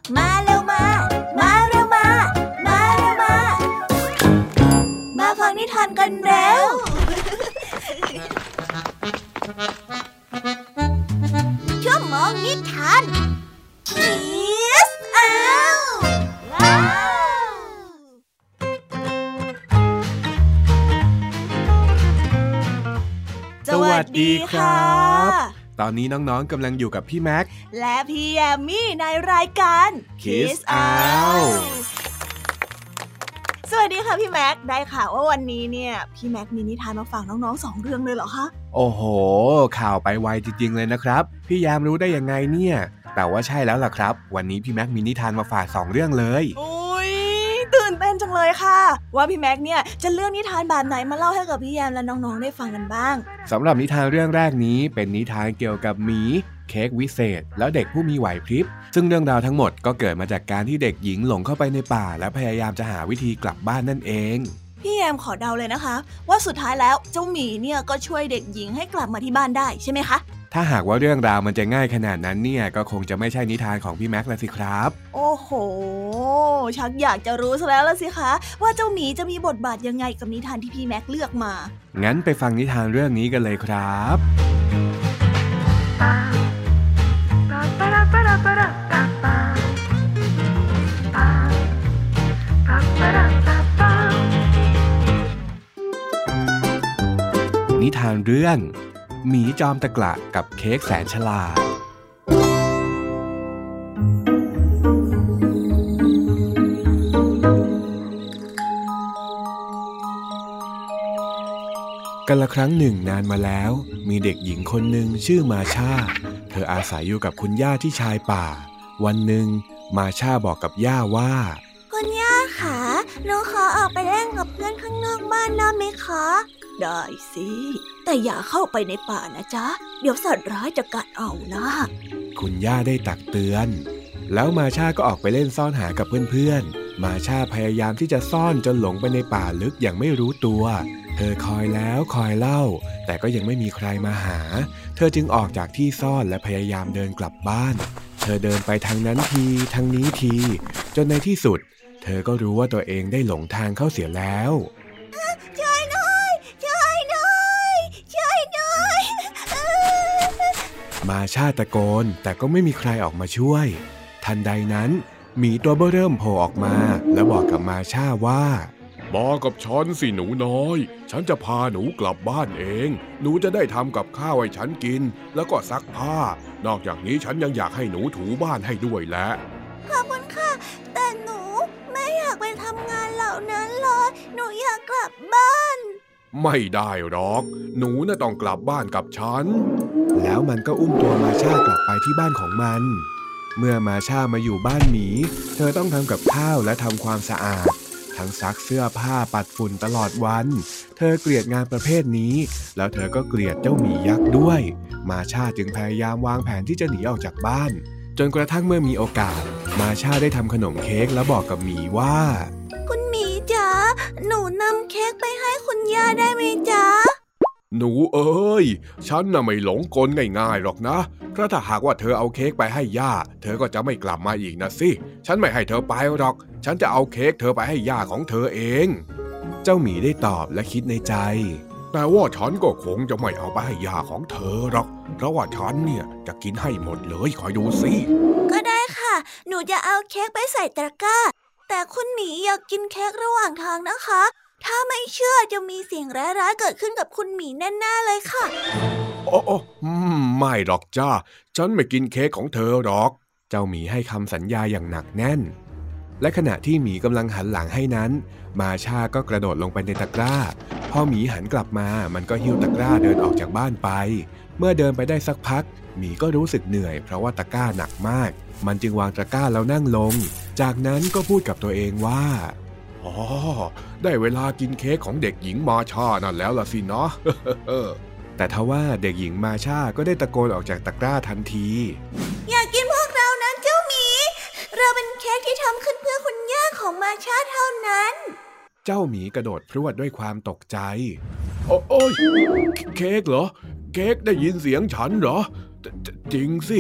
มาเร็วมาเร็วมาเร็วมาฟังนิทานกันเร็วชั่วโมงนิทานKiss Outว้าวสวัสดีครับตอนนี้น้องๆกำลังอยู่กับพี่แม็กและพี่แยมมี่ในรายการ Kiss Out สวัสดีค่ะพี่แม็กได้ข่าวว่าวันนี้เนี่ยพี่แม็กมีนิทานมาฝากน้องๆ2 เรื่องเลยเหรอคะโอ้โหข่าวไปไวจริงๆเลยนะครับพี่แยมรู้ได้ยังไงเนี่ยแต่ว่าใช่แล้วล่ะครับวันนี้พี่แม็กมีนิทานมาฝาก2 เรื่องเลยตื่นเต้นจังเลยค่ะว่าพี่แม็กเนี่ยจะเลือกนิทานแบบไหนมาเล่าให้กับพี่แยมและน้องๆได้ฟังกันบ้างสำหรับนิทานเรื่องแรกนี้เป็นนิทานเกี่ยวกับหมีเค้กวิเศษแล้วเด็กผู้มีไหวพริบซึ่งเรื่องราวทั้งหมดก็เกิดมาจากการที่เด็กหญิงหลงเข้าไปในป่าและพยายามจะหาวิธีกลับบ้านนั่นเองพี่แยมขอเดาเลยนะคะว่าสุดท้ายแล้วเจ้าหมีเนี่ยก็ช่วยเด็กหญิงให้กลับมาที่บ้านได้ใช่ไหมคะถ้าหากว่าเรื่องราวมันจะง่ายขนาดนั้นเนี่ยก็คงจะไม่ใช่นิทานของพี่แม็กซ์แล้วสิครับโอ้โหชักอยากจะรู้ซะแล้วล่ะสิคะว่าเจ้าหมีจะมีบทบาทยังไงกับนิทานที่พี่แม็กซ์เลือกมางั้นไปฟังนิทานเรื่องนี้กันเลยครับนิทานเรื่องหมีจอมตะกละกับเค้กแสนฉลาดกันละครั้งหนึ่งนานมาแล้วมีเด็กหญิงคนหนึ่งชื่อมาชาเธออาศัยอยู่กับคุณย่าที่ชายป่าวันหนึ่งมาชาบอกกับย่าว่าคุณย่าคะหนูขอออกไปเล่นกับเพื่อนข้างนอกบ้านได้ไหมคะได้สิแต่อย่าเข้าไปในป่านะจ๊ะเดี๋ยวสัตว์ร้ายจะกัดเอานะคุณย่าได้ตักเตือนแล้วมาชาก็ออกไปเล่นซ่อนหากับเพื่อนๆมาชาพยายามที่จะซ่อนจนหลงไปในป่าลึกอย่างไม่รู้ตัวเธอคอยแล้วคอยเล่าแต่ก็ยังไม่มีใครมาหาเธอจึงออกจากที่ซ่อนและพยายามเดินกลับบ้านเธอเดินไปทางนั้นทีทางนี้ทีจนในที่สุดเธอก็รู้ว่าตัวเองได้หลงทางเข้าเสียแล้วช่วยหน่อยช่วยหน่อยช่วยหน่อยมาชาตะโกนแต่ก็ไม่มีใครออกมาช่วยทันใดนั้นหมีตัวเบ้อเริ่มโผล่ออกมาแล้วบอกกับมาชาว่ามากับฉันสิหนูน้อยฉันจะพาหนูกลับบ้านเองหนูจะได้ทำกับข้าวให้ฉันกินแล้วก็ซักผ้านอกจากนี้ฉันยังอยากให้หนูถูบ้านให้ด้วยแหละขอบคุณค่ะแต่หนูไม่อยากไปทำงานเหล่านั้นเลยหนูอยากกลับบ้านไม่ได้หรอกหนูน่ะต้องกลับบ้านกับฉันแล้วมันก็อุ้มตัวมาชากลับไปที่บ้านของมันเมื่อมาชามาอยู่บ้านหมีเธอต้องทำกับข้าวและทำความสะอาดทั้งซักเสื้อผ้าปัดฝุ่นตลอดวันเธอเกลียดงานประเภทนี้แล้วเธอก็เกลียดเจ้าหมียักษ์ด้วยมาชาจึงพยายามวางแผนที่จะหนีออกจากบ้านจนกระทั่งเมื่อมีโอกาสมาชาได้ทำขนมเค้กแล้วบอกกับหมีว่าคุณหมีจ๋าหนูนำเค้กไปให้คุณย่าได้ไหมจ๊ะหนูเอ้ยฉันน่ะไม่หลงกลง่ายๆหรอกนะเพราะถ้าหากว่าเธอเอาเค้กไปให้ย่าเธอก็จะไม่กลับมาอีกนะสิฉันไม่ให้เธอไปหรอกฉันจะเอาเค้กเธอไปให้ย่าของเธอเองเจ้าหมีได้ตอบและคิดในใจแต่ว่าฉันก็คงจะไม่เอาไปให้ย่าของเธอหรอกเพราะว่าฉันเนี่ยจะกินให้หมดเลยคอยดูสิก็ได้ค่ะหนูจะเอาเค้กไปใส่ตะกร้าแต่คุณหมีอยากกินเค้กระหว่างทางนะคะถ้าไม่เชื่อจะมีสิ่งร้ายๆเกิดขึ้นกับคุณหมีแน่ๆเลยค่ะโอ้ไม่หรอกจ้าฉันไม่กินเค้กของเธอหรอกเจ้าหมีให้คำสัญญาอย่างหนักแน่นและขณะที่หมีกำลังหันหลังให้นั้นมาชาก็กระโดดลงไปในตะกร้าพอหมีหันกลับมามันก็หิ้วตะกร้าเดินออกจากบ้านไปเมื่อเดินไปได้สักพักหมีก็รู้สึกเหนื่อยเพราะว่าตะกร้าหนักมากมันจึงวางตะกร้าแล้วนั่งลงจากนั้นก็พูดกับตัวเองว่าอ๋อได้เวลากินเค้กของเด็กหญิงมาชานั่นแล้วล่ะสินะ แต่ทว่าเด็กหญิงมาชาก็ได้ตะโกนออกจากตะกร้าทันทีอยากกินพวกเรานะเจ้าหมีเราเป็นเค้กที่ทำขึ้นเพื่อคุณย่าของมาชาเท่านั้นเจ้าหมีกระโดดพรวดด้วยความตกใจโอ้ยเค้กเหรอเค้กได้ยินเสียงฉันเหรอจริงสิ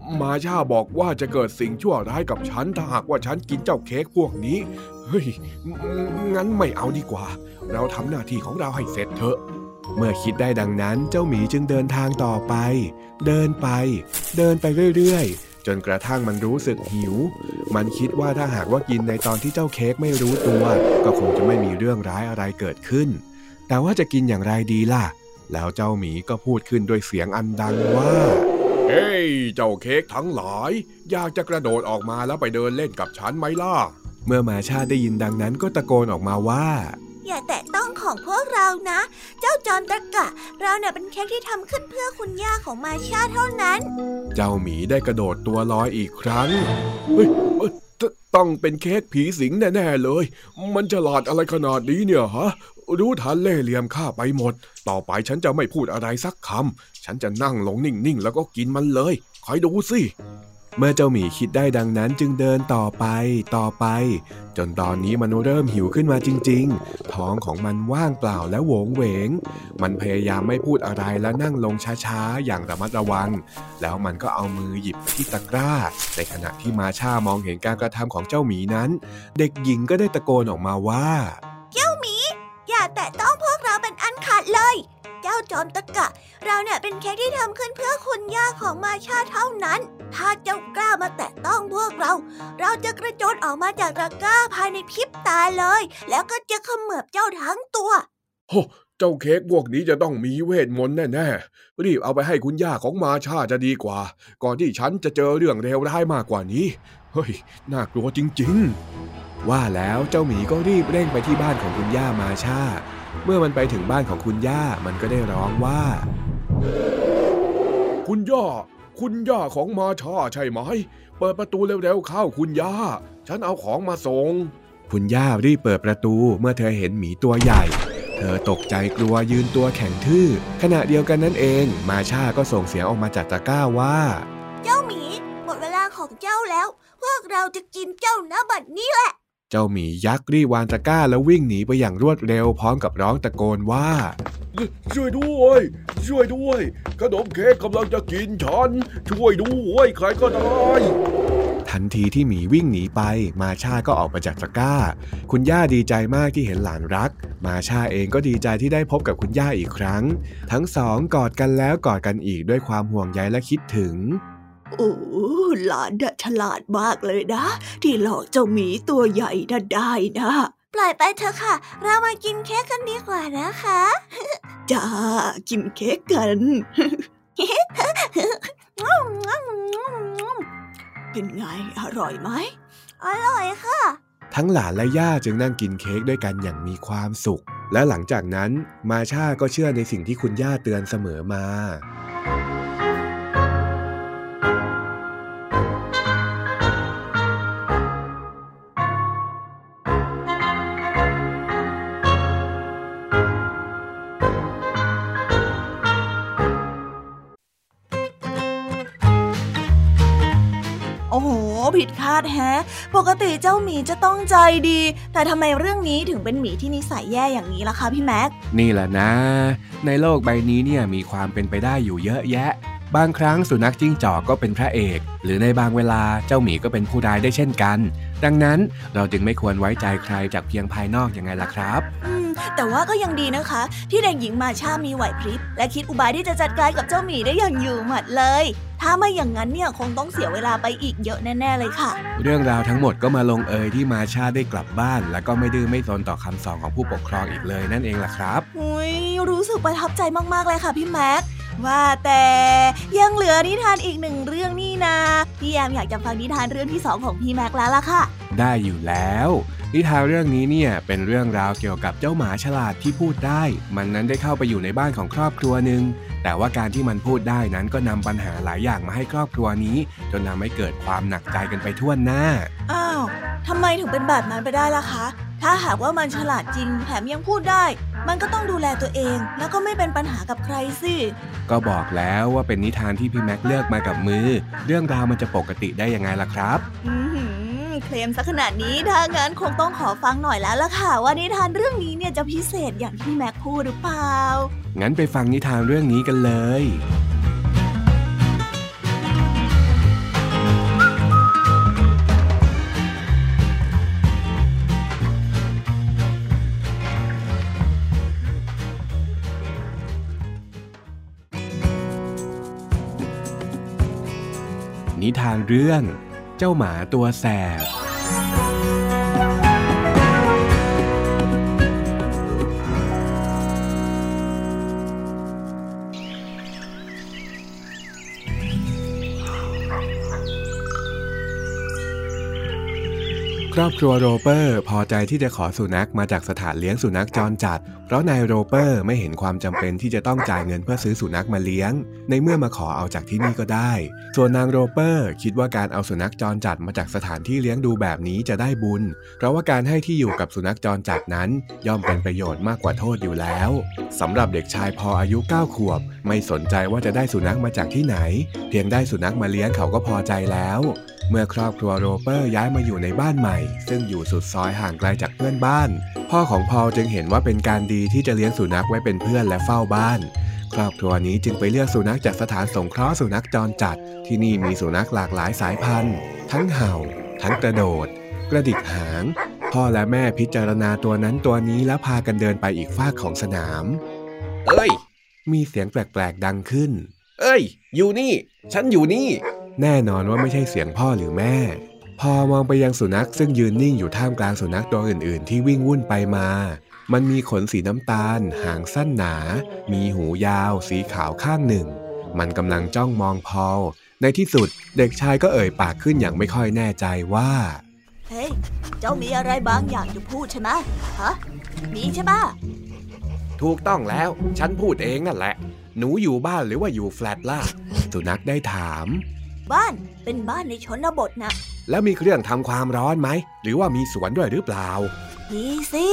มาชาบอกว่าจะเกิดสิ่งชั่วร้ายกับฉันถ้าหากว่าฉันกินเจ้าเค้กพวกนี้เฮ้ยงั้นไม่เอาดีกว่าเราทำหน้าที่ของเราให้เสร็จเถอะเมื่อคิดได้ดังนั้นเจ้าหมีจึงเดินทางต่อไปเดินไปเรื่อยๆจนกระทั่งมันรู้สึกหิวมันคิดว่าถ้าหากว่ากินในตอนที่เจ้าเค้กไม่รู้ตัวก็คงจะไม่มีเรื่องร้ายอะไรเกิดขึ้นแต่ว่าจะกินอย่างไรดีล่ะแล้วเจ้าหมีก็พูดขึ้นด้วยเสียงอันดังว่าเฮ้ยเจ้าเค้กทั้งหลายอยากจะกระโดดออกมาแล้วไปเดินเล่นกับฉันไหมล่ะเมื่อมาชาได้ยินดังนั้นก็ตะโกนออกมาว่าอย่าแตะต้องของพวกเรานะเจ้าจอมตะกะเราเนี่ยเป็นเค้กที่ทำขึ้นเพื่อคุณย่าของมาชาเท่านั้นเจ้าหมีได้กระโดดตัวลอยอีกครั้งเฮ้ยต้องเป็นเค้กผีสิงแน่ๆเลยมันฉลาดอะไรขนาดนี้เนี่ยฮะรู้ทันเล่ห์เหลี่ยมข้าไปหมดต่อไปฉันจะไม่พูดอะไรสักคำฉันจะนั่งลงนิ่งๆแล้วก็กินมันเลยคอยดูสิเมื่อเจ้าหมีคิดได้ดังนั้นจึงเดินต่อไปจนตอนนี้มันเริ่มหิวขึ้นมาจริงๆท้องของมันว่างเปล่าและโหวงเหวงมันพยายามไม่พูดอะไรและนั่งลงช้าๆอย่างระมัดระวังแล้วมันก็เอามือหยิบที่ตะกร้าในขณะที่มาชามองเห็นการกระทำของเจ้าหมีนั้นเด็กหญิงก็ได้ตะโกนออกมาว่าเจ้าหมีอย่าแตะต้องพวกเราเป็นอันขาดเลยเจ้าจอมตะกะเราเนี่ยเป็นเค้กที่ทำขึ้นเพื่อคุณย่าของมาชาเท่านั้นถ้าเจ้ากล้ามาแตะต้องพวกเราจะกระโจนออกมาจากตะกร้าภายในพริบตาเลยแล้วก็จะเขมือบเจ้าทั้งตัวโอ้เจ้าเค้กพวกนี้จะต้องมีเวทมนต์แน่ๆรีบเอาไปให้คุณย่าของมาชาจะดีกว่าก่อนที่ฉันจะเจอเรื่องเลวร้ายมากกว่านี้เฮ้ยน่ากลัวจริงๆว่าแล้วเจ้าหมีก็รีบเร่งไปที่บ้านของคุณย่ามาชาเมื่อมันไปถึงบ้านของคุณย่ามันก็ได้ร้องว่าคุณย่าของมาชาใช่ไหมเปิดประตูเร็วๆเข้าคุณย่าฉันเอาของมาส่งคุณย่ารีบเปิดประตูเมื่อเธอเห็นหมีตัวใหญ่เธอตกใจกลัวยืนตัวแข็งทื่อขณะเดียวกันนั่นเองมาชาก็ส่งเสียงออกมาจากตะกร้าว่าเจ้าหมีหมดเวลาของเจ้าแล้วพวกเราจะกินเจ้าณบัดนี้แหละเจ้าหมียักษ์รีบวางตะกร้าแล้ววิ่งหนีไปอย่างรวดเร็วพร้อมกับร้องตะโกนว่าช่วยด้วยขนมเค้กกำลังจะกินฉันช่วยด้วยใครก็ได้ทันทีที่หมีวิ่งหนีไปมาชาก็ออกมาจากตะกร้าคุณย่าดีใจมากที่เห็นหลานรักมาชาเองก็ดีใจที่ได้พบกับคุณย่าอีกครั้งทั้งสองกอดกันแล้วกอดกันอีกด้วยความห่วงใยและคิดถึงโอ้หลานน่ะฉลาดมากเลยนะที่หลอกเจ้าหมีตัวใหญ่น่ะได้นะปล่อยไปเถอะค่ะเรามากินเค้กกันดีกว่านะคะจ้ากินเค้กกันเป็นไงอร่อยไหมอร่อยค่ะทั้งหลานและย่าจึงนั่งกินเค้กด้วยกันอย่างมีความสุขและหลังจากนั้นมาชาก็เชื่อในสิ่งที่คุณย่าเตือนเสมอมาโอ้โหผิดคาดแฮะปกติเจ้าหมีจะต้องใจดีแต่ทำไมเรื่องนี้ถึงเป็นหมีที่นิสัยแย่อย่างนี้ล่ะคะพี่แม็กนี่แหละนะในโลกใบนี้เนี่ยมีความเป็นไปได้อยู่เยอะแยะบางครั้งสุนัขจิ้งจอกก็เป็นพระเอกหรือในบางเวลาเจ้าหมีก็เป็นผู้ร้ายได้เช่นกันดังนั้นเราจึงไม่ควรไว้ใจใครจากเพียงภายนอกยังไงล่ะครับแต่ว่าก็ยังดีนะคะที่เด็กหญิงมาชามีไหวพริบและคิดอุบายที่จะจัดการกับเจ้าหมีได้อย่างอยู่หมัดเลยถ้าไม่อย่างนั้นเนี่ยคงต้องเสียเวลาไปอีกเยอะแน่ๆเลยค่ะเรื่องราวทั้งหมดก็มาลงเอยที่มาชาได้กลับบ้านแล้วก็ไม่ดื้อไม่ซนต่อคำสอนของผู้ปกครองอีกเลยนั่นเองล่ะครับรู้สึกประทับใจมากๆเลยค่ะพี่แม็กว่าแต่ยังเหลือนิทานอีกหนึ่งเรื่องนี่นะพี่แอมอยากจะฟังนิทานเรื่องที่2ของพี่แม็กแล้วล่ะค่ะได้อยู่แล้วนิทานเรื่องนี้เนี่ยเป็นเรื่องราวเกี่ยวกับเจ้าหมาฉลาดที่พูดได้มันนั้นได้เข้าไปอยู่ในบ้านของครอบครัวหนึ่งแต่ว่าการที่มันพูดได้นั้นก็นำปัญหาหลายอย่างมาให้ครอบครัวนี้จนทำให้เกิดความหนักใจกันไปทั่วหน้าอ้าวทำไมถึงเป็นแบบนั้นไปได้ล่ะคะถ้าหากว่ามันฉลาดจริงแถมยังพูดได้มันก็ต้องดูแลตัวเองแล้วก็ไม่เป็นปัญหากับใครสิก็บอกแล้วว่าเป็นนิทานที่พี่แม็กเลือกมากับมือเรื่องราวมันจะปกติได้ยังไงล่ะครับเคลมซะขนาดนี้ถ้างั้นคงต้องขอฟังหน่อยแล้วล่ะค่ะว่านิทานเรื่องนี้เนี่ยจะพิเศษอย่างที่แม็กพูดหรือเปล่างั้นไปฟังนิทานเรื่องนี้กันเลยนิทานเรื่องเจ้าหมาตัวแสบครอบครัวโรเปอร์พอใจที่จะขอสุนัขมาจากสถานเลี้ยงสุนัขจรจัดเพราะนายโรเปอร์ไม่เห็นความจำเป็นที่จะต้องจ่ายเงินเพื่อซื้อสุนัขมาเลี้ยงในเมื่อมาขอเอาจากที่นี่ก็ได้ส่วนนางโรเปอร์คิดว่าการเอาสุนัขจรจัดมาจากสถานที่เลี้ยงดูแบบนี้จะได้บุญเพราะว่าการให้ที่อยู่กับสุนัขจรจัดนั้นย่อมเป็นประโยชน์มากกว่าโทษอยู่แล้วสำหรับเด็กชายพออายุ9 ขวบไม่สนใจว่าจะได้สุนัขมาจากที่ไหนเพียงได้สุนัขมาเลี้ยงเขาก็พอใจแล้วเมื่อครอบครัวโรเปอร์ย้ายมาอยู่ในบ้านใหม่ซึ่งอยู่สุดซอยห่างไกลจากเพื่อนบ้านพ่อของพอลจึงเห็นว่าเป็นการดีที่จะเลี้ยงสุนัขไว้เป็นเพื่อนและเฝ้าบ้านครอบครัวนี้จึงไปเลือกสุนัขจากสถานสงเคราะห์สุนัขจรจัดที่นี่มีสุนัขหลากหลายสายพันธุ์ทั้งเห่าทั้งกระโดดกระดิกหางพ่อและแม่พิจารณาตัวนั้นตัวนี้แล้วพากันเดินไปอีกฟากของสนามเอ้ยมีเสียงแปลกๆดังขึ้นเอ้ยอยู่นี่ฉันอยู่นี่แน่นอนว่าไม่ใช่เสียงพ่อหรือแม่พอมองไปยังสุนัขซึ่งยืนนิ่งอยู่ท่ามกลางสุนัขตัวอื่นๆที่วิ่งวุ่นไปมามันมีขนสีน้ำตาลหางสั้นหนามีหูยาวสีขาวข้างหนึ่งมันกำลังจ้องมองพอลในที่สุดเด็กชายก็เอ่ยปากขึ้นอย่างไม่ค่อยแน่ใจว่าเฮ้ยเจ้ามีอะไรบางอย่างจะพูดใช่ไหมฮะมีใช่ปะถูกต้องแล้วฉันพูดเองนั่นแหละหนูอยู่บ้านหรือว่าอยู่แฟลตล่ะสุนัขได้ถามบ้านเป็นบ้านในชนบทนะแล้วมีเครื่องทำความร้อนไหมหรือว่ามีสวนด้วยหรือเปล่ามีสิ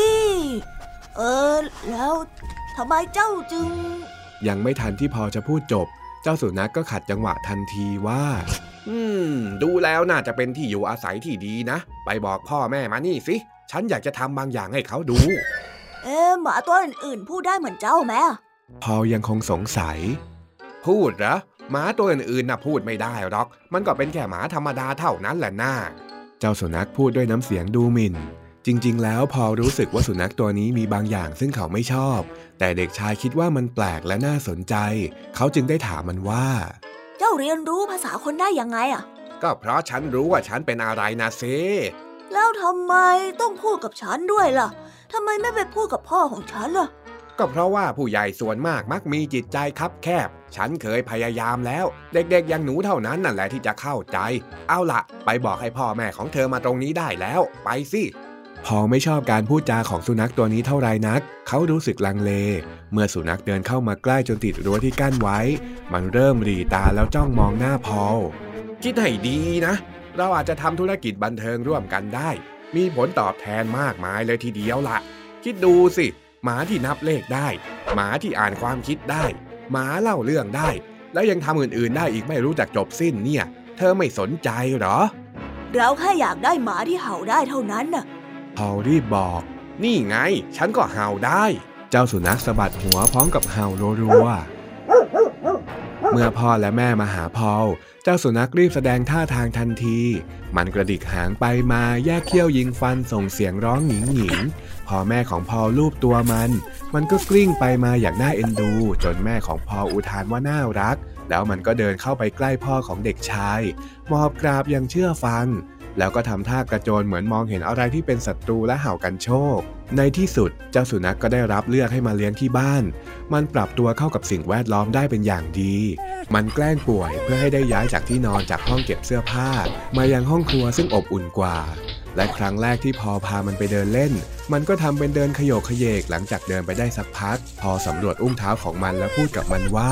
แล้วทำไมเจ้าจึงยังไม่ทันที่พอจะพูดจบเจ้าสุนัขก็ขัดจังหวะทันทีว่าดูแล้วน่าจะเป็นที่อยู่อาศัยที่ดีนะไปบอกพ่อแม่มานี่สิฉันอยากจะทำบางอย่างให้เขาดูหมาตัวอื่นๆพูดได้เหมือนเจ้าไหมพอยังคงสงสัยพูดเหรอหมาตัวอื่นๆน่ะพูดไม่ได้หรอกมันก็เป็นแค่หมาธรรมดาเท่านั้นแหละน่าเจ้าสุนัขพูดด้วยน้ำเสียงดูหมิ่นจริงๆแล้วพอรู้สึกว่าสุนัขตัวนี้มีบางอย่างซึ่งเขาไม่ชอบแต่เด็กชายคิดว่ามันแปลกและน่าสนใจเขาจึงได้ถามมันว่าเจ้าเรียนรู้ภาษาคนได้ยังไงอ่ะก็เพราะฉันรู้ว่าฉันเป็นอะไรนะเซแล้วทำไมต้องพูดกับฉันด้วยล่ะทำไมไม่ไปพูดกับพ่อของฉันล่ะก็เพราะว่าผู้ใหญ่ส่วนมากมักมีจิตใจคับแคบฉันเคยพยายามแล้วเด็กๆอย่างหนูเท่านั้นนั่นแหละที่จะเข้าใจเอาล่ะไปบอกให้พ่อแม่ของเธอมาตรงนี้ได้แล้วไปสิพอไม่ชอบการพูดจาของสุนัขตัวนี้เท่าไรนักเขารู้สึกลังเลเมื่อสุนัขเดินเข้ามาใกล้จนติดรั้วที่กั้นไว้มันเริ่มหรี่ตาแล้วจ้องมองหน้าพอลคิดให้ดีนะเราอาจจะทำธุรกิจบันเทิงร่วมกันได้มีผลตอบแทนมากมายเลยทีเดียวล่ะคิดดูสิหมาที่นับเลขได้หมาที่อ่านความคิดได้หมาเล่าเรื่องได้แล้วยังทำอื่นๆได้อีกไม่รู้จักจบสิ้นเนี่ยเธอไม่สนใจหรอเราแค่อยากได้หมาที่เห่าได้เท่านั้นน่ะพอลรีบบอกนี่ไงฉันก็เห่าได้เจ้าสุนัขสะบัดหัวพร้อมกับเห่ารัวๆเมื่อพ่อและแม่มาหาพอลเจ้าสุนัขรีบแสดงท่าทางทันทีมันกระดิกหางไปมาแยกเขี้ยวยิงฟันส่งเสียงร้องหงิงพอแม่ของพอลลูบตัวมันก็กลิ้งไปมาอย่างน่าเอ็นดูจนแม่ของพอลอุทานว่าน่ารักแล้วมันก็เดินเข้าไปใกล้พ่อของเด็กชายมอบกราบอย่างเชื่อฟังแล้วก็ทำท่ากระโจนเหมือนมองเห็นอะไรที่เป็นศัตรูและเห่ากันโชคในที่สุดเจ้าสุนัขก็ได้รับเลือกให้มาเลี้ยงที่บ้านมันปรับตัวเข้ากับสิ่งแวดล้อมได้เป็นอย่างดีมันแกล้งป่วยเพื่อให้ได้ย้ายจากที่นอนจากห้องเก็บเสื้อผ้ามายังห้องครัวซึ่งอบอุ่นกว่าและครั้งแรกที่พอพามันไปเดินเล่นมันก็ทำเป็นเดินขโยกขยเยกหลังจากเดินไปได้สักพักพอสำรวจอุ้งเท้าของมันแล้วพูดกับมันว่า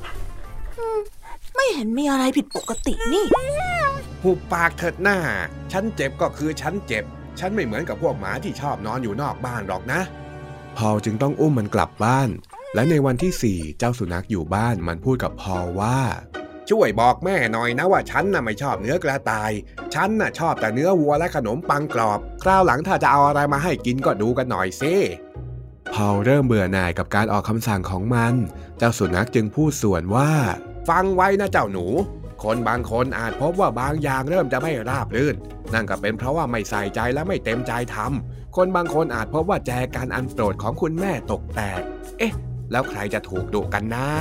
ไม่เห็นมีอะไรผิดปกตินี่หุบปากเถิดหน้าฉันเจ็บก็คือฉันเจ็บฉันไม่เหมือนกับพวกหมาที่ชอบนอนอยู่นอกบ้านหรอกนะพอลจึงต้องอุ้มมันกลับบ้านและในวันที่4เจ้าสุนัขอยู่บ้านมันพูดกับพอลว่าช่วยบอกแม่หน่อยนะว่าฉันน่ะไม่ชอบเนื้อกระต่ายฉันน่ะชอบแต่เนื้อวัวและขนมปังกรอบคราวหลังถ้าจะเอาอะไรมาให้กินก็ดูกันหน่อยซิพอลเริ่มเบื่อหน่ายกับการออกคำสั่งของมันเจ้าสุนัขจึงพูดสวนว่าฟังไว้นะเจ้าหนูคนบางคนอาจพบว่าบางอย่างเริ่มจะไม่ราบรื่นนั่นก็เป็นเพราะว่าไม่ใส่ใจและไม่เต็มใจทำคนบางคนอาจพบว่าแจกันอันโปรดของคุณแม่ตกแตกแล้วใครจะถูกดุกันนะ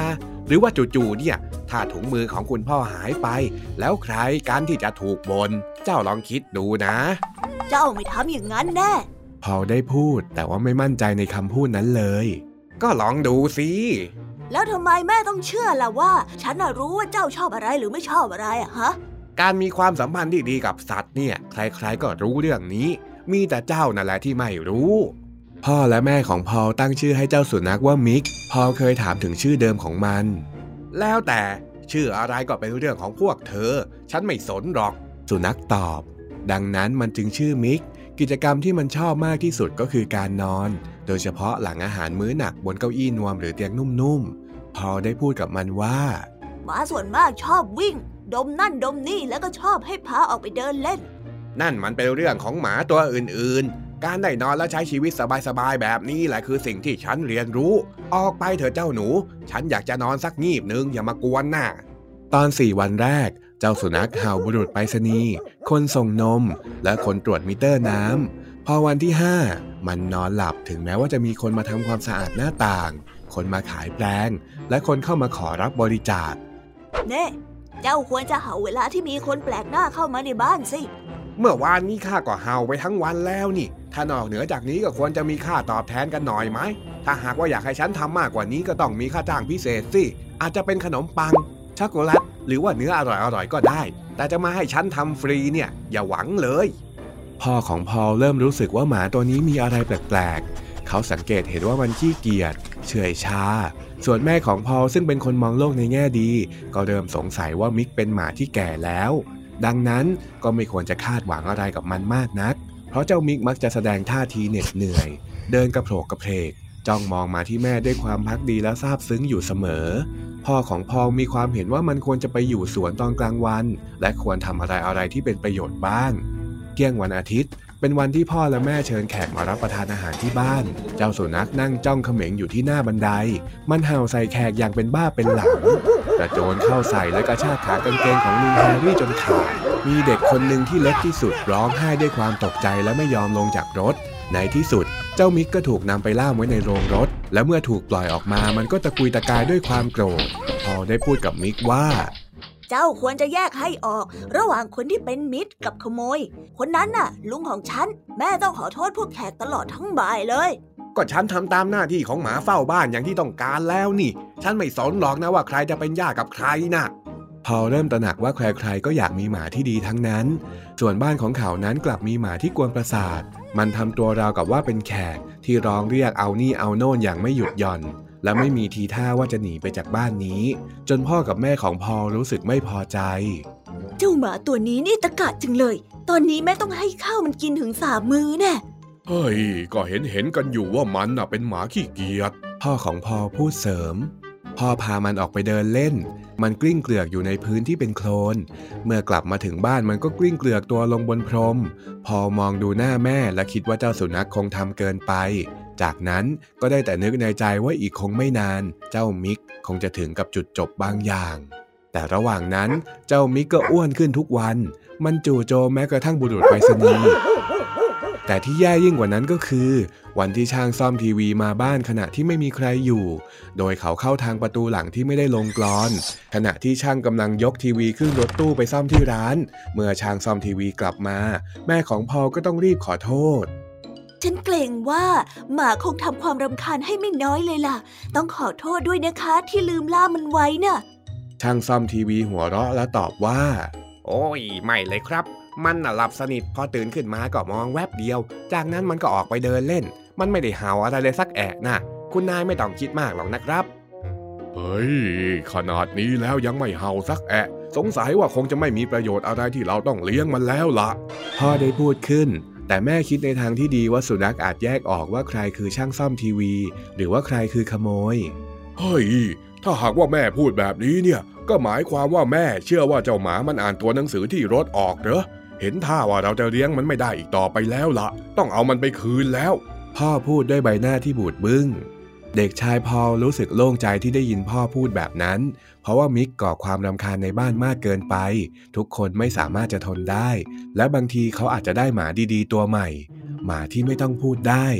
หรือว่าจู่ๆเนี่ยถ้าถุงมือของคุณพ่อหายไปแล้วใครกันที่จะถูกบ่นเจ้าลองคิดดูนะเจ้าไม่ทำอย่างนั้นแน่พอได้พูดแต่ว่าไม่มั่นใจในคำพูดนั้นเลยก็ลองดูสิแล้วทำไมแม่ต้องเชื่อล่ะว่าฉันรู้ว่าเจ้าชอบอะไรหรือไม่ชอบอะไรอะฮะการมีความสัมพันธ์ที่ดีกับสัตว์เนี่ยใครๆก็รู้เรื่องนี้มีแต่เจ้านั่นแหละที่ไม่รู้พ่อและแม่ของพอลตั้งชื่อให้เจ้าสุนัขว่ามิกพอลเคยถามถึงชื่อเดิมของมันแล้วแต่ชื่ออะไรก็เป็นเรื่องของพวกเธอฉันไม่สนหรอกสุนัขตอบดังนั้นมันจึงชื่อมิกกิจกรรมที่มันชอบมากที่สุดก็คือการนอนโดยเฉพาะหลังอาหารมื้อหนักบนเก้าอี้นวมหรือเตียงนุ่มๆพอลได้พูดกับมันว่าหมาส่วนมากชอบวิ่งดมนั่นดมนี่แล้วก็ชอบให้พาออกไปเดินเล่นนั่นมันเป็นเรื่องของหมาตัวอื่นๆการได้นอนและใช้ชีวิตสบายๆแบบนี้แหละคือสิ่งที่ฉันเรียนรู้ออกไปเถอะเจ้าหนูฉันอยากจะนอนสักงีบนึงอย่ามากวนน่ะตอน4 วันแรกเจ้าสุนัขเห่าบุรุษไปรษณีย์คนส่งนมและคนตรวจมิเตอร์น้ำพอวันที่5มันนอนหลับถึงแม้ว่าจะมีคนมาทำความสะอาดหน้าต่างคนมาขายแปรงและคนเข้ามาขอรับบริจาคเน่เจ้าควรจะเห่าเวลาที่มีคนแปลกหน้าเข้ามาในบ้านสิเมื่อวานนี้ข้าก็เห่าไปทั้งวันแล้วนี่ถ้านอกเหนือจากนี้ก็ควรจะมีค่าตอบแทนกันหน่อยไหมถ้าหากว่าอยากให้ฉันทำมากกว่านี้ก็ต้องมีค่าจ้างพิเศษสิอาจจะเป็นขนมปังช็อกโกแลตหรือว่าเนื้ออร่อยๆก็ได้แต่จะมาให้ฉันทำฟรีเนี่ยอย่าหวังเลยพ่อของพอลเริ่มรู้สึกว่าหมาตัวนี้มีอะไรแปลกๆเขาสังเกตเห็นว่ามันขี้เกียจเฉื่อยชาส่วนแม่ของพอลซึ่งเป็นคนมองโลกในแง่ดีก็เริ่มสงสัยว่ามิกเป็นหมาที่แก่แล้วดังนั้นก็ไม่ควรจะคาดหวังอะไรกับมันมากนักเพราะเจ้ามิกมักจะแสดงท่าทีเหน็ดเหนื่อยเดินกระโผกกระเพกจ้องมองมาที่แม่ด้วยความภักดีและซาบซึ้งอยู่เสมอพ่อของพอลมีความเห็นว่ามันควรจะไปอยู่สวนตอนกลางวันและควรทำอะไรที่เป็นประโยชน์บ้างเที่ยงวันอาทิตย์เป็นวันที่พ่อและแม่เชิญแขกมารับประทานอาหารที่บ้านเจ้าสุนัขนั่งจ้องเขม็งอยู่ที่หน้าบันไดมันเห่าใส่แขกอย่างเป็นบ้าเป็นหลังกระโจนเข้าใส่และกระชากขากางเกงของลุงแฮร์รี่จนขาดมีเด็กคนหนึ่งที่เล็กที่สุดร้องไห้ด้วยความตกใจและไม่ยอมลงจากรถในที่สุดเจ้ามิกก็ถูกนำไปล่ามไว้ในโรงรถและเมื่อถูกปล่อยออกมามันก็ตะกุยตะกายด้วยความโกรธพอได้พูดกับมิกว่าเจ้าควรจะแยกให้ออกระหว่างคนที่เป็นมิตรกับขโมยคนนั้นน่ะลุงของฉันแม่ต้องขอโทษพวกแขกตลอดทั้งบ่ายเลยก็ฉันทำตามหน้าที่ของหมาเฝ้าบ้านอย่างที่ต้องการแล้วนี่ฉันไม่สนหรอกนะว่าใครจะเป็นญาติกับใครนะพอเริ่มตระหนักว่าใครๆก็อยากมีหมาที่ดีทั้งนั้นส่วนบ้านของเขานั้นกลับมีหมาที่กวนประสาทมันทำตัวราวกับว่าเป็นแขกที่ร้องเรียกเอานี่เอาโน่นอย่างไม่หยุดหย่อนและไม่มีทีท่าว่าจะหนีไปจากบ้านนี้จนพ่อกับแม่ของพอลรู้สึกไม่พอใจเจ้าหมาตัวนี้นี่ตะกะจังเลยตอนนี้แม่ต้องให้ข้าวมันกินถึง3 มื้อแน่เฮ้ยก็เห็นกันอยู่ว่ามันเป็นหมาขี้เกียจพ่อของพอลพูดเสริมพ่อพามันออกไปเดินเล่นมันกลิ้งเกลือกอยู่ในพื้นที่เป็นโคลนเมื่อกลับมาถึงบ้านมันก็กลิ้งเกลือกตัวลงบนพรมพอมองดูหน้าแม่และคิดว่าเจ้าสุนัขคงทำเกินไปจากนั้นก็ได้แต่นึกในใจว่าอีกคงไม่นานเจ้ามิกคงจะถึงกับจุดจบบางอย่างแต่ระหว่างนั้นเจ้ามิกก็อ้วนขึ้นทุกวันมันจู่โจมแม้กระทั่งบุรุษไปรษณีย์แต่ที่แย่ยิ่งกว่านั้นก็คือวันที่ช่างซ่อมทีวีมาบ้านขณะที่ไม่มีใครอยู่โดยเขาเข้าทางประตูหลังที่ไม่ได้ลงกลอนขณะที่ช่างกำลังยกทีวีขึ้นรถตู้ไปซ่อมที่ร้านเมื่อช่างซ่อมทีวีกลับมาแม่ของพอลก็ต้องรีบขอโทษฉันเกรงว่าหมาคงทำความรำคาญให้ไม่น้อยเลยล่ะต้องขอโทษด้วยนะคะที่ลืมล่ามมันไว้น่ะช่างซ่อมทีวีหัวเราะและตอบว่าโอ้ยไม่เลยครับมันน่ะหลับสนิทพอตื่นขึ้นมาก็มองแวบเดียวจากนั้นมันก็ออกไปเดินเล่นมันไม่ได้เห่าอะไรเลยสักแอะนะคุณนายไม่ต้องคิดมากหรอกนะครับเฮ้ยขนาดนี้แล้วยังไม่เห่าสักแอะสงสัยว่าคงจะไม่มีประโยชน์อะไรที่เราต้องเลี้ยงมันแล้วล่ะพ่อได้พูดขึ้นแต่แม่คิดในทางที่ดีว่าสุนัขอาจแยกออกว่าใครคือช่างซ่อมทีวีหรือว่าใครคือขโมยเฮ้ยถ้าหากว่าแม่พูดแบบนี้เนี่ยก็หมายความว่าแม่เชื่อว่าเจ้าหมามันอ่านตัวหนังสือที่รถออกเหรอเห็นท่าว่าเราจะเลี้ยงมันไม่ได้อีกต่อไปแล้วล่ะต้องเอามันไปคืนแล้วพ่อพูดด้วยใบหน้าที่บูดบึ้งเด็กชายพอลรู้สึกโล่งใจที่ได้ยินพ่อพูดแบบนั้นเพราะว่ามิกก่อความรำคาญในบ้านมากเกินไปทุกคนไม่สามารถจะทนได้และบางทีเขาอาจจะได้หมาดีๆตัวใหม่หมาที่ไม่ต้องพูดได้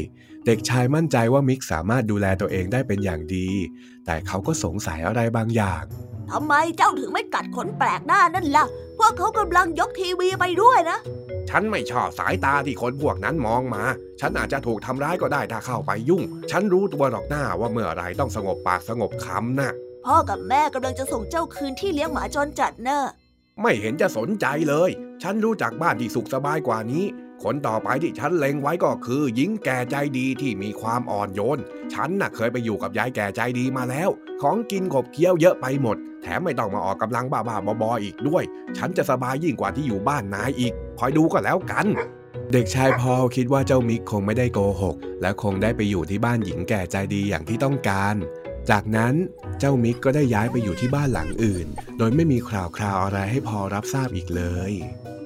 เด็กชายมั่นใจว่ามิกสามารถดูแลตัวเองได้เป็นอย่างดีแต่เขาก็สงสัยอะไรบางอย่างทำไมเจ้าถึงไม่กัดคนแปลกหน้านั่นล่ะพวกเขากำลังยกทีวีไปด้วยนะฉันไม่ชอบสายตาที่คนพวกนั้นมองมาฉันอาจจะถูกทำร้ายก็ได้ถ้าเข้าไปยุ่งฉันรู้ตัวหรอกหน้าว่าเมื่อไรต้องสงบปากสงบคำนะพ่อกับแม่กำลังจะส่งเจ้าคืนที่เลี้ยงหมาจรจัดเนอะไม่เห็นจะสนใจเลยฉันรู้จักบ้านที่สุขสบายกว่านี้คนต่อไปที่ฉันเล็งไว้ก็คือหญิงแก่ใจดีที่มีความอ่อนโยนฉันน่ะเคยไปอยู่กับยายแก่ใจดีมาแล้วของกินขบเคี้ยวเยอะไปหมดแถมไม่ต้องมาออกกำลังบ้าๆบอๆอีกด้วยฉันจะสบายยิ่งกว่าที่อยู่บ้านนายอีกคอยดูก็แล้วกันเด็กชายพอลคิดว่าเจ้ามิกคงไม่ได้โกหกและคงได้ไปอยู่ที่บ้านหญิงแก่ใจดีอย่างที่ต้องการจากนั้นเจ้ามิกก็ได้ย้ายไปอยู่ที่บ้านหลังอื่นโดยไม่มีข่าวอะไรให้พอลรับทราบอีกเลย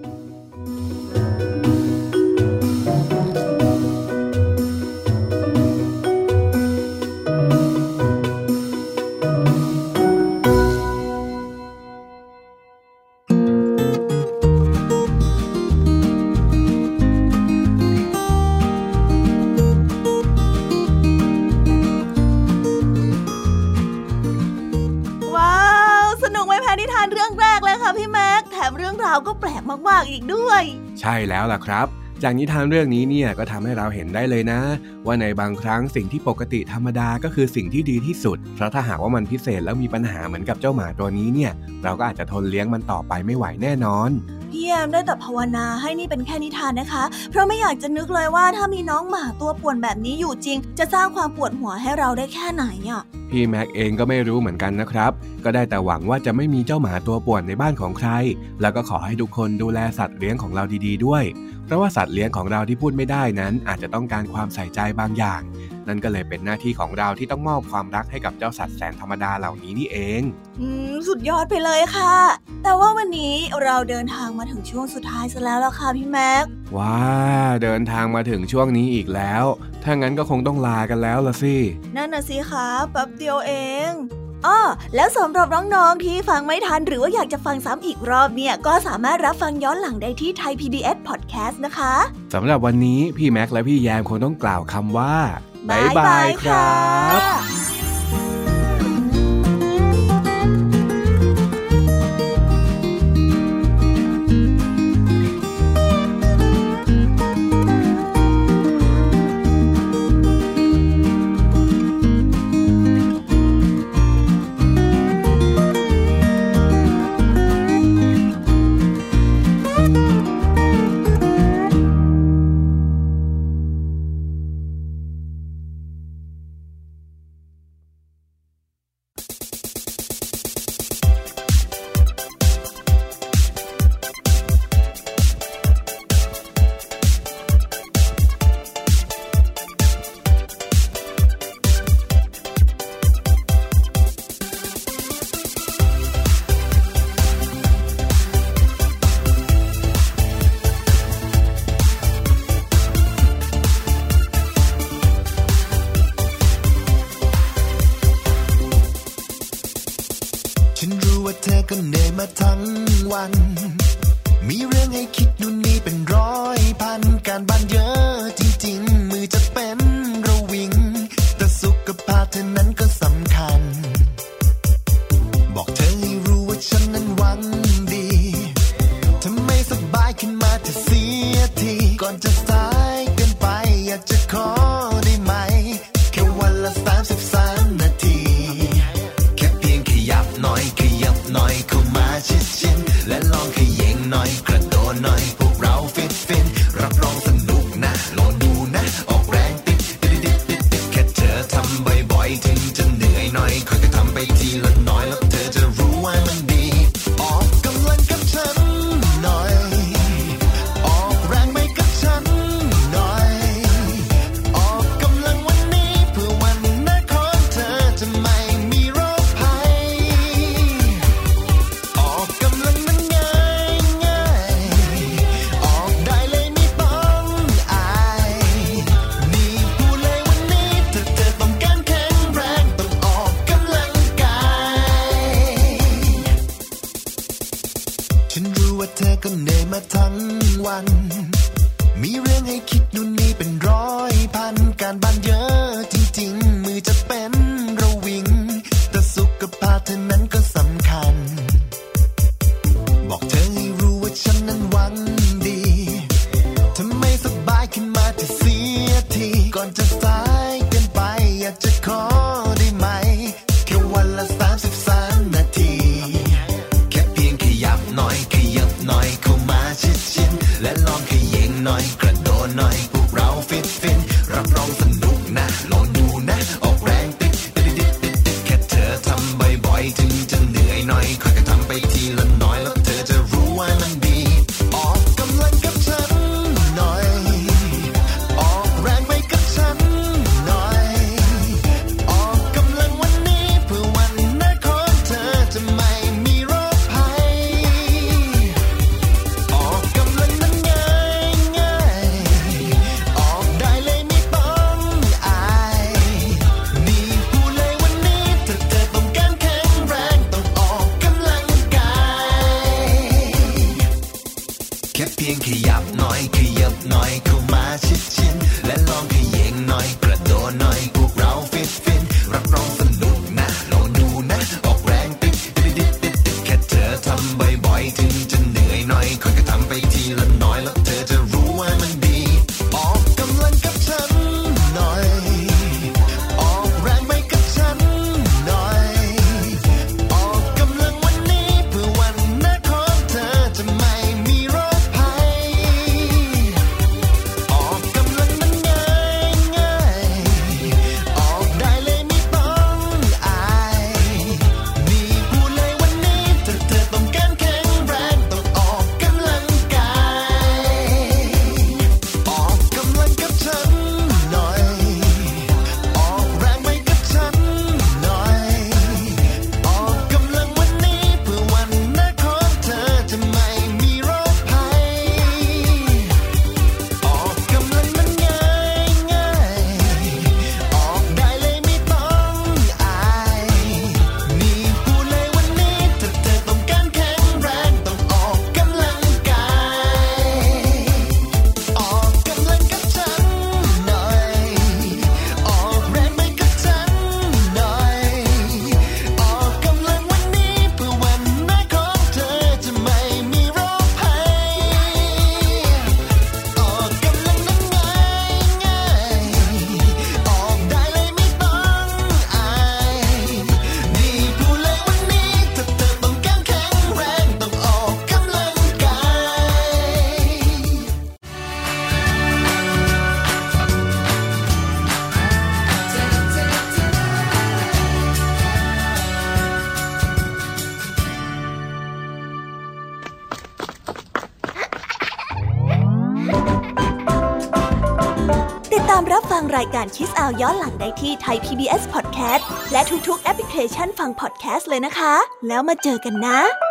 ก็แปลกมากๆอีกด้วยใช่แล้วล่ะครับจากนิทานเรื่องนี้เนี่ยก็ทำให้เราเห็นได้เลยนะว่าในบางครั้งสิ่งที่ปกติธรรมดาก็คือสิ่งที่ดีที่สุดเพราะถ้าหากว่ามันพิเศษแล้วมีปัญหาเหมือนกับเจ้าหมาตัวนี้เนี่ยเราก็อาจจะทนเลี้ยงมันต่อไปไม่ไหวแน่นอนพี่แยมได้แต่ภาวนาให้นี่เป็นแค่นิทานนะคะเพราะไม่อยากจะนึกเลยว่าถ้ามีน้องหมาตัวป่วนแบบนี้อยู่จริงจะสร้างความปวดหัวให้เราได้แค่ไหนอ่ะพี่แม็กเองก็ไม่รู้เหมือนกันนะครับก็ได้แต่หวังว่าจะไม่มีเจ้าหมาตัวป่วนในบ้านของใครแล้วก็ขอให้ทุกคนดูแลสัตว์เลี้ยงของเราดีๆด้วยเพราะว่าสัตว์เลี้ยงของเราที่พูดไม่ได้นั้นอาจจะต้องการความใส่ใจบางอย่างนั่นก็เลยเป็นหน้าที่ของเราที่ต้องมอบความรักให้กับเจ้าสัตว์แสนธรรมดาเหล่านี้นี่เองสุดยอดไปเลยค่ะแต่ว่าวันนี้เราเดินทางมาถึงช่วงสุดท้ายซะแล้วล่ะค่ะพี่แม็กว้าเดินทางมาถึงช่วงนี้อีกแล้วถ้างั้นก็คงต้องลากันแล้วล่ะสินั่นน่ะสิคะแป๊บเดียวเองแล้วสำหรับน้องๆที่ฟังไม่ทันหรือว่าอยากจะฟังซ้ำอีกรอบเนี่ยก็สามารถรับฟังย้อนหลังได้ที่ Thai PBS Podcast นะคะสำหรับวันนี้พี่แม็กและพี่แยมคงต้องกล่าวคำว่าบ๊ายบายครับมีเรื่องให้คิดนู่นนี่เป็นร้อยพันการบ้านเยอะจริงๆมือจะเป็นระวิงแต่สุขภาพเธอนั้นก็สำคัญบอกเธอให้รู้ว่าฉันนั้นหวังดีถ้าไม่สบายขึ้นมาเธอเสียทีก่อนจะสายเกินไปอยากจะขอได้ไหมแค่วันละ33 นาทีแค่เพียงขยับหน่อยเข้ามาชิดๆและลองขยิงหน่อยกระโดดหน่อยพวกเราฟินรับรองสนุกนะลองดูนะออกแรงติดแค่เธอทำบ่อยๆถึงจะเหนื่อยหน่อยค่อยๆทำไปทีละน้อยแล้วเธอจะรู้ว่ามันดีออกกำลังกับฉันหน่อยออกแรงไปกับฉันหน่อยออกกำลังวันนี้เพื่อวันหน้าของเธอจะไม่มีโรคภัยออกกำลังนั้นง่ายออกได้เลยไม่ต้องอายนี่พูดเลยวันนี้ถ้าเธอต้องการแข็งแรงต้องออกกำลังกายฉันรู้ว่าเธอก็เหนื่อยมาทั้งวันมีเรื่องให้คิดนู่นนี่เป็นร้อยพันการบ้านเยอะจริงๆมือจะเป็นระวิงแต่สุขภาพเธอนั้นก็สำคัญบอกเธอให้รู้ว่าฉันนั้นหวังดีถ้าไม่สบายขึ้นมาจะเสียทีก่อนจะสายเกินไปอยากจะขอได้ไหมแค่วันละ33 นาทีแค่เพียงขยับหน่อยขยับหน่อยเข้ามาชิดๆและลองขยิงหน่อยกระโดดหน่อยพวกเราฟินรับรองสนุกนะลองดูนะออกแรงติดแค่เธอทำบ่อยๆถึงจะเหนื่อยหน่อยค่อยๆทำไปทีละน้อยแล้วเธอจะรู้ว่ามันดีออกกำลังกับฉันหน่อยออกแรงไปกับฉันหน่อยออกกำลังวันนี้เพื่อวันหน้าของเธอจะไม่มีโรคภัยออกกำลังนั้นง่ายออกได้เลยไม่ต้องอายนี่พูดเลยวันนี้ถ้าเธอต้องการแข็งแรงต้องออกกำลังกายแค่เพียงขยับหน่อยขยับหน่อยเข้ามาชิดๆและลองขยิงหน่อยกระโดดหน่อยพวกเราฟินรับรองสนุกนะลองดูนะออกแรงติดแค่เธอทำบ่อยๆถึงจะเหนื่อยหน่อยค่อยๆทำไปทีละน้อยแล้วเธอจะรู้ว่ามันดีออกกำลังกับฉันหน่อยออกแรงไปกับฉันหน่อยออกกำลังวันนี้เพื่อวันหน้าของเธอจะไม่มีโรคภัยออกกำลังนั้นง่ายออกได้เลยไม่ต้องอายนี่พูดเลยวันนี้ถ้าเธอต้องการแข็งแรงต้องออกกำลังกายออกกำลังกับฉันหน่อยออกแรงไปกับฉันหน่อยออกกำลังวันนี้เพื่อวันหน้าของเธอจะไม่มีโรคภัยออกกำลังนั้นง่ายออกได้เลยไม่ต้องอายนี่พูดเลยวันนี้ถ้าเธอต้องการแข็งแรงต้องออกกำลังกายออกกำลังกับฉันหน่อยออกแรงไปกับฉันหน่อยออกกำลังวันนี้เพื่อวันหน้าของเธอจะไม่มีโรคภัยออกกำลังนั้นง่ายออกได้เลยไม่ต้องอายนี่พูดเลยวันนี้ถ้าเธอต้องการแข็งแรงต้องออกกำลังกายติดตามรับฟังรายการคิสอาวย้อนหลังได้ที่ไทย PBS Podcast และทุกๆแอปพลิเคชันฟัง podcast เลยนะคะ แล้วมาเจอกันนะ